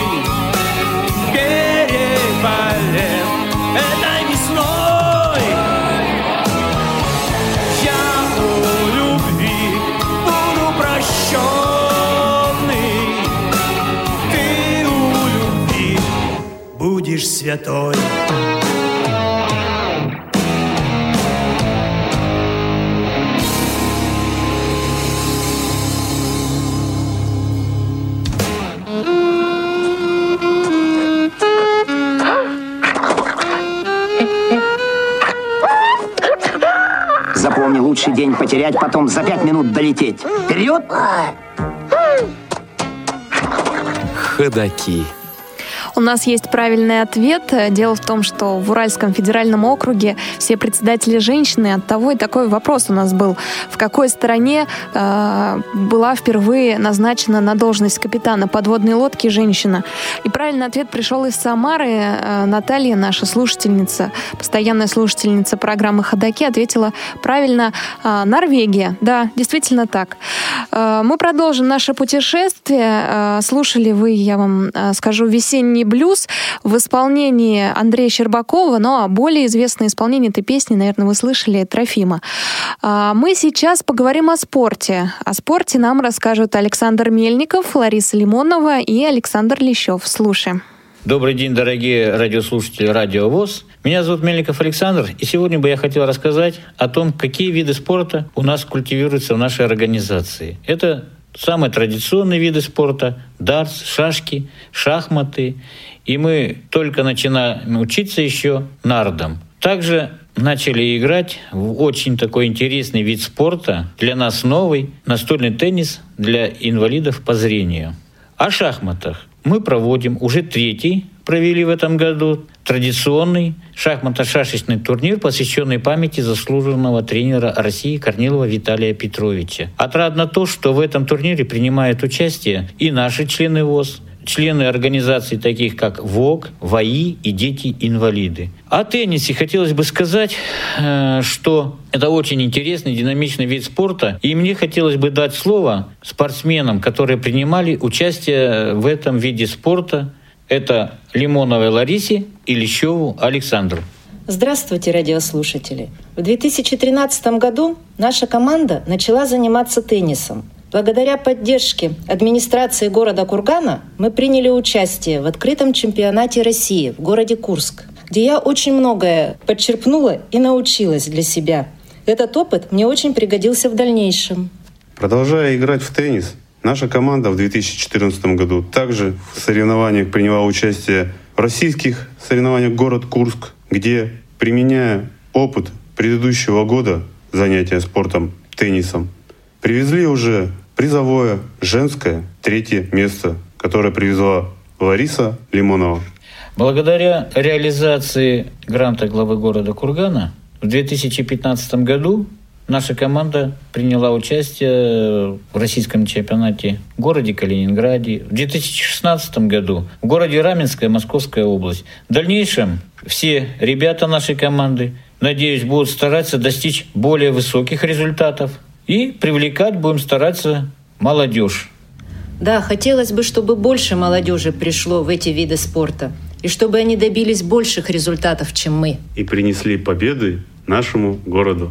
L: берег полет этой весной. Я у любви буду прощенный, ты у любви будешь святой.
M: Запомни, лучший день потерять, потом за 5 минут долететь. Вперед!
A: Ходаки.
C: У нас есть правильный ответ. Дело в том, что в Уральском федеральном округе все председатели женщины. Оттого и такой вопрос у нас был. В какой стране была впервые назначена на должность капитана подводной лодки женщина? И правильный ответ пришел из Самары. Наталья, наша слушательница, постоянная слушательница программы «Ходаки», ответила правильно. Норвегия. Да, действительно так. Мы продолжим наше путешествие. Слушали вы, я вам скажу, «Весенний блюз» в исполнении Андрея Щербакова, но более известное исполнение этой песни, наверное, вы слышали, Трофима. Мы сейчас поговорим о спорте. О спорте нам расскажут Александр Мельников, Лариса Лимонова и Александр Лещев. Слушаем.
N: Добрый день, дорогие радиослушатели Радио ВОС. Меня зовут Мельников Александр, и сегодня бы я хотел рассказать о том, какие виды спорта у нас культивируются в нашей организации. Это самые традиционные виды спорта – дартс, шашки, шахматы. И мы только начинаем учиться еще нардам. Также начали играть в очень такой интересный вид спорта, для нас новый – настольный теннис для инвалидов по зрению. О шахматах мы проводим уже 3-й, провели в этом году, традиционный шахмато-шашечный турнир, посвященный памяти заслуженного тренера России Корнилова Виталия Петровича. Отрадно то, что в этом турнире принимают участие и наши члены ВОС, члены организаций таких как ВОК, ВАИ и дети-инвалиды. О теннисе хотелось бы сказать, что это очень интересный, динамичный вид спорта. И мне хотелось бы дать слово спортсменам, которые принимали участие в этом виде спорта. Это Лимоновой Ларисе и Лещеву Александру.
O: Здравствуйте, радиослушатели! В 2013 году наша команда начала заниматься теннисом. Благодаря поддержке администрации города Кургана мы приняли участие в открытом чемпионате России в городе Курск, где я очень многое подчерпнула и научилась для себя. Этот опыт мне очень пригодился в дальнейшем.
P: Продолжая играть в теннис, наша команда в 2014 году также в соревнованиях приняла участие в российских соревнованиях город Курск, где, применяя опыт предыдущего года занятия спортом, теннисом, привезли уже призовое женское 3-е место, которое привезла Лариса Лимонова. Благодаря реализации гранта главы города Кургана в 2015 году наша команда приняла участие в российском чемпионате в городе Калининграде. В 2016 году в городе Раменская, Московская область. В дальнейшем все ребята нашей команды, надеюсь, будут стараться достичь более высоких результатов. И привлекать будем стараться молодежь.
O: Да, хотелось бы, чтобы больше молодежи пришло в эти виды спорта. И чтобы они добились больших результатов, чем мы.
P: И принесли победы нашему городу.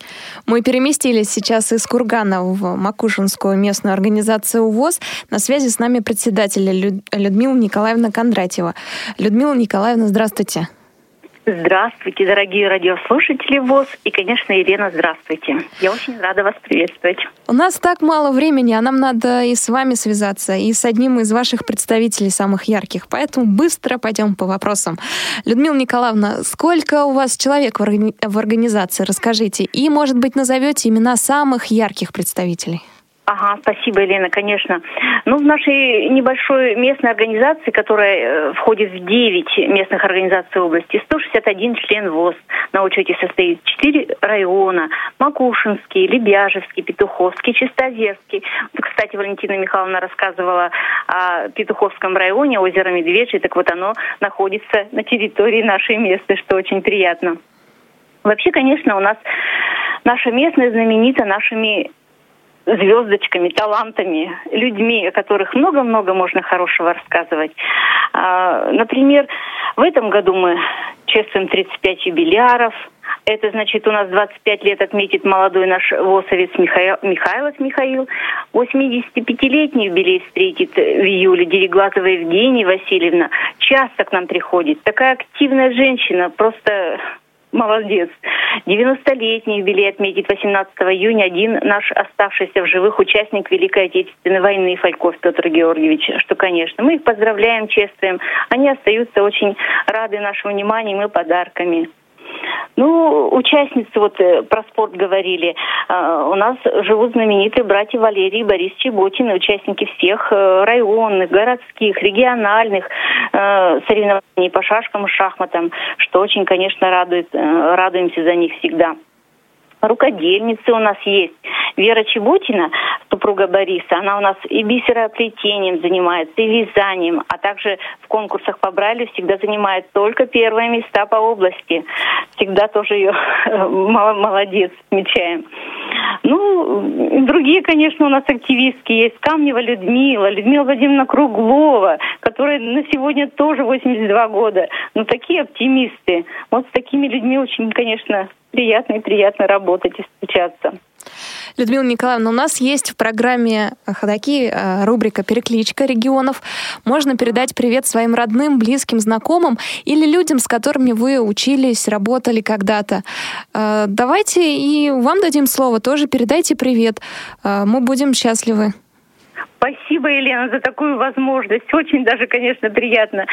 C: Мы переместились сейчас из Кургана в Макушинскую местную организацию ВОС. На связи с нами председатель Людмила Николаевна Кондратьева. Людмила Николаевна, здравствуйте.
Q: Здравствуйте, дорогие радиослушатели ВОС. И, конечно, Елена, здравствуйте. Я очень рада вас приветствовать.
C: У нас так мало времени, а нам надо и с вами связаться, и с одним из ваших представителей самых ярких. Поэтому быстро пойдем по вопросам. Людмила Николаевна, сколько у вас человек в организации? Расскажите. И, может быть, назовете имена самых ярких представителей.
Q: Ага, спасибо, Елена, конечно. В нашей небольшой местной организации, которая входит в 9 местных организаций области, 161 член ВОС. На учете состоит 4 района: Макушинский, Лебяжевский, Петуховский, Чистоозерский. Кстати, Валентина Михайловна рассказывала о Петуховском районе, озеро Медвежье. Так вот, оно находится на территории нашей местной, что очень приятно. Вообще, конечно, у нас наша местная знаменита нашими звездочками, талантами, людьми, о которых много-много можно хорошего рассказывать. Например, в этом году мы чествуем 35 юбиляров. Это значит, у нас 25 лет отметит молодой наш ВОСовец Михайлов Михаил. 85-летний юбилей встретит в июле Дереглазова Евгения Васильевна. Часто к нам приходит. Такая активная женщина, просто молодец. 90-летний юбилей отметит 18 июня один наш оставшийся в живых участник Великой Отечественной войны Фальков Петр Георгиевич. Что, конечно, мы их поздравляем, чествуем. Они остаются очень рады нашему вниманию и подарками. Ну, участницы, вот про спорт говорили, у нас живут знаменитые братья Валерий и Борис Чеботины, участники всех районных, городских, региональных соревнований по шашкам и шахматам, что очень, конечно, радует, радуемся за них всегда. Рукодельницы у нас есть. Вера Чеботина, супруга Бориса, она у нас и бисероплетением занимается, и вязанием, а также в конкурсах по Брайлю всегда занимает только первые места по области. Всегда тоже ее молодец, отмечаем. Ну, другие, конечно, у нас активистки есть. Камнева Людмила Владимировна Круглова, которая на сегодня тоже 82 года. Ну, такие оптимисты. Вот с такими людьми очень, конечно, приятно работать и встречаться.
C: Людмила Николаевна, у нас есть в программе «Ходоки» рубрика «Перекличка регионов». Можно передать привет своим родным, близким, знакомым или людям, с которыми вы учились, работали когда-то. Давайте и вам дадим слово, тоже передайте привет. Мы будем счастливы.
Q: Спасибо, Елена, за такую возможность. Очень даже, конечно, приятно.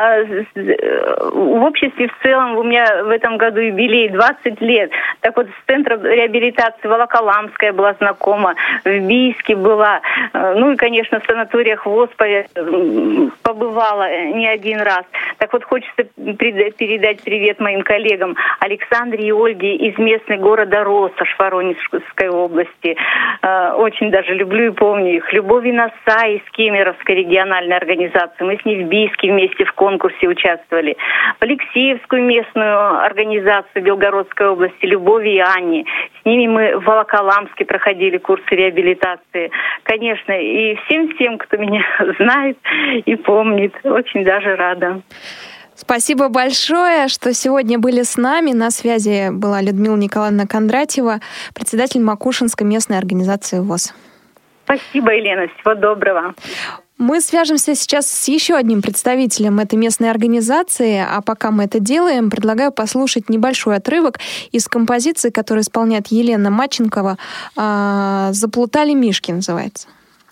Q: В обществе в целом у меня в этом году юбилей 20 лет. Так вот, с центром реабилитации Волоколамская была знакома, в Бийске была. Ну и, конечно, в санаториях ВОС побывала не один раз. Так вот, хочется передать привет моим коллегам Александре и Ольге из местного города Россошь Воронежской области. Очень даже люблю и помню их. Любови Наса из Кемеровской региональной организации. Мы с ней в Бийске вместе в конкурсе участвовали. В Алексеевскую местную организацию Белгородской области Любови и Анне. С ними мы в Волоколамске проходили курсы реабилитации. Конечно, и всем, кто меня знает и помнит. Очень даже рада.
C: Спасибо большое, что сегодня были с нами. На связи была Людмила Николаевна Кондратьева, председатель Макушинской местной организации ВОС.
Q: Спасибо, Елена. Всего доброго.
C: Мы свяжемся сейчас с еще одним представителем этой местной организации, а пока мы это делаем, предлагаю послушать небольшой отрывок из композиции, которую исполняет Елена Маченкова. «Заплутали мишки» называется.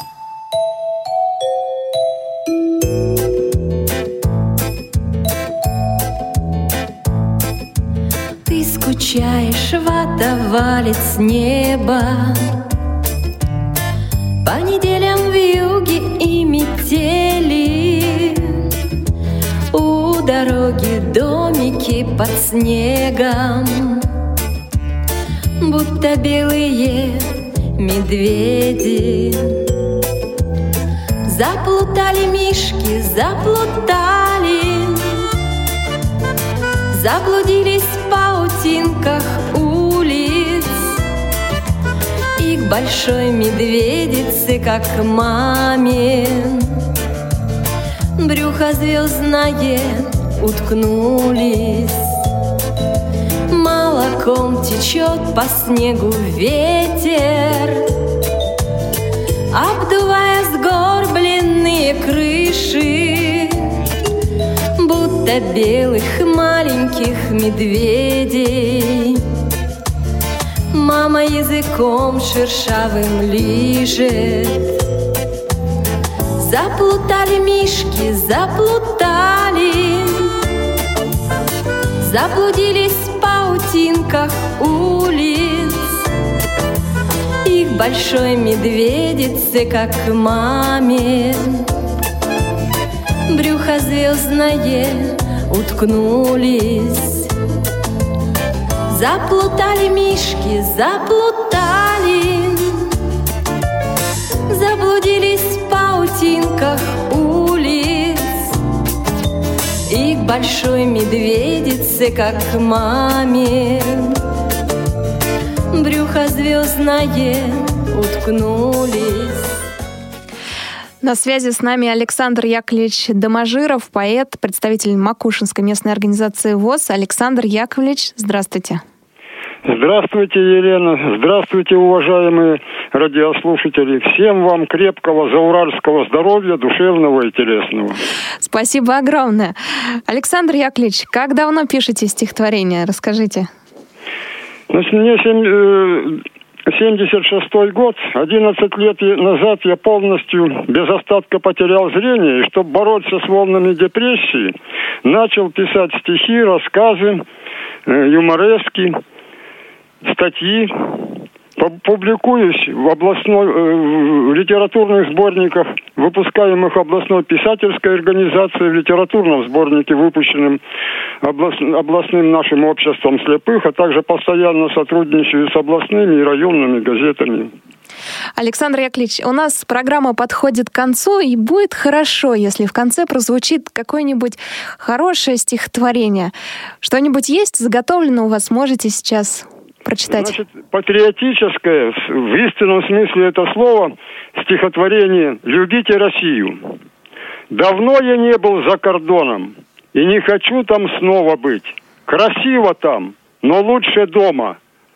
E: Ты скучаешь, вода валит с неба, по неделям вьюги и метели, у дороги домики под снегом, будто белые медведи. Заплутали мишки, заплутали, заблудились в паутинках улиц, и к большой медведице, как к маме, брюхо звездное уткнулись. Молоком течет по снегу ветер, обдувая сгорбленные крыши, будто белых маленьких медведей. Мама языком шершавым лижет. Заплутали мишки, заплутали, заблудились в паутинках улиц, и к большой медведице, как к маме, брюхо звездное уткнулись. Заплутали мишки, заплутали, заблудились в паутинках улиц, и к большой медведице, как маме. Брюхо звездное уткнулись.
C: На связи с нами Александр Яковлевич Доможиров, поэт, представитель Макушинской местной организации ВОС. Александр Яковлевич, здравствуйте.
R: Здравствуйте, Елена. Здравствуйте, уважаемые радиослушатели. Всем вам крепкого зауральского здоровья, душевного и телесного.
C: Спасибо огромное. Александр Яковлевич, как давно пишете стихотворения? Расскажите.
R: Значит, мне 76-й год, 11 лет назад я полностью без остатка потерял зрение, и чтобы бороться с волнами депрессии, начал писать стихи, рассказы, юморески, статьи. Публикуюсь в литературных сборниках, выпускаемых областной писательской организацией, в литературном сборнике, выпущенном областным нашим обществом слепых, а также постоянно сотрудничаю с областными и районными газетами.
C: Александр Яковлевич, у нас программа подходит к концу, и будет хорошо, если в конце прозвучит какое-нибудь хорошее стихотворение. Что-нибудь есть заготовлено у вас? Можете сейчас прочитать?
R: Значит, патриотическое, в истинном смысле это слово, стихотворение «Любите Россию». Давно я не был за кордоном, и не хочу там снова быть. Красиво там, но лучше дома.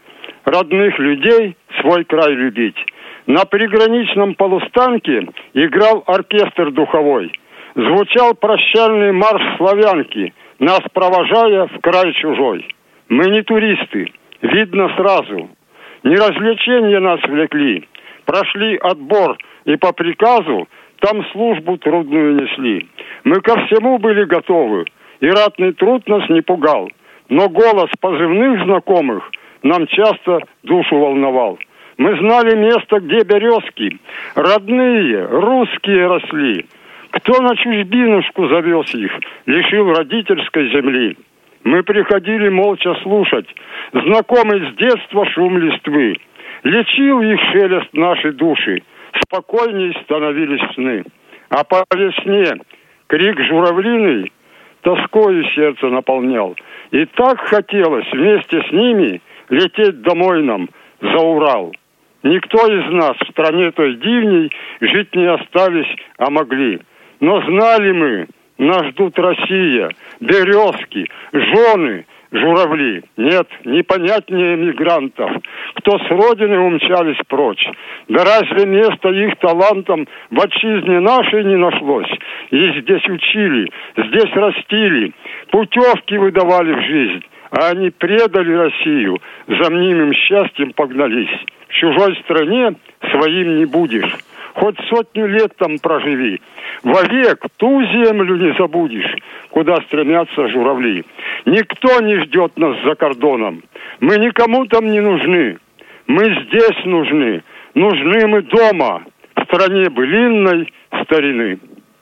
R: Родных людей свой край любить. На приграничном полустанке играл оркестр духовой. Звучал прощальный марш славянки, нас провожая в край чужой. Мы не туристы, видно сразу. Не развлечения нас влекли. Прошли отбор и по приказу там службу трудную несли. Мы ко всему были готовы, и ратный труд нас не пугал. Но голос позывных знакомых нам часто душу волновал. Мы знали место, где березки, родные, русские росли. Кто на чужбинушку завез их, лишил родительской земли. Мы приходили молча слушать, знакомый с детства шум листвы. Лечил их шелест нашей души, спокойней становились сны. А по весне крик журавлиный тоскою сердце наполнял. И так хотелось вместе с ними лететь домой нам за Урал. Никто из нас в стране той дивней жить не остались, а могли. Но знали мы, нас ждут Россия, березки, жены, журавли. Нет, непонятнее мигрантов, кто с родины умчались прочь. Да разве место их талантам в отчизне нашей не нашлось? Их здесь учили, здесь растили, путевки выдавали в жизнь. А они предали Россию, за мнимым счастьем погнались. В чужой стране своим не будешь, хоть 100 лет там проживи. Вовек ту землю не забудешь, куда стремятся журавли. Никто не ждет нас за кордоном, мы никому там не нужны. Мы здесь нужны, нужны мы дома, в стране былинной старины.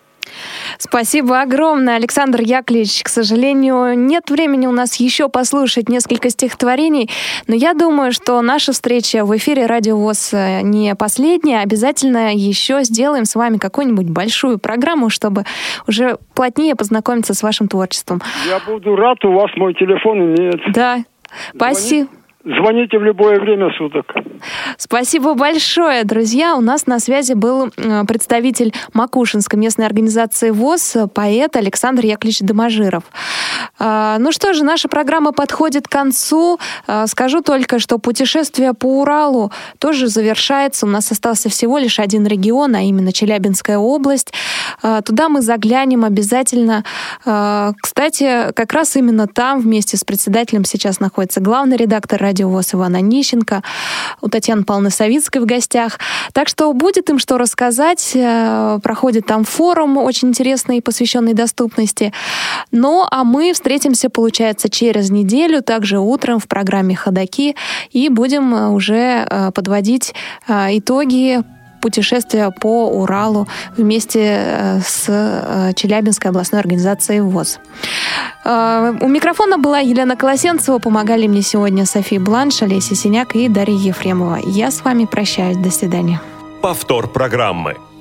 C: Спасибо огромное, Александр Яковлевич. К сожалению, нет времени у нас еще послушать несколько стихотворений, но я думаю, что наша встреча в эфире Радио ВОС не последняя. Обязательно еще сделаем с вами какую-нибудь большую программу, чтобы уже плотнее познакомиться с вашим творчеством.
R: Я буду рад, у вас мой телефон имеет.
C: Да, спасибо.
R: Звоните в любое время суток.
C: Спасибо большое, друзья. У нас на связи был представитель Макушинской местной организации ВОС, поэт Александр Яковлевич Доможиров. Ну что же, наша программа подходит к концу. Скажу только, что путешествие по Уралу тоже завершается. У нас остался всего лишь один регион, а именно Челябинская область. Туда мы заглянем обязательно. Кстати, как раз именно там вместе с председателем сейчас находится главный редактор Радио ВОС Иван Онищенко, у Татьяны Павловны Савицкой в гостях. Так что будет им что рассказать. Проходит там форум очень интересный, посвященный доступности. Ну, а мы встретимся, получается, через неделю, также утром в программе «Ходоки», и будем уже подводить итоги путешествия по Уралу вместе с Челябинской областной организацией ВОС. У микрофона была Елена Колосенцева. Помогали мне сегодня София Бланш, Олеся Синяк и Дарья Ефремова. Я с вами прощаюсь. До свидания.
B: Повтор программы.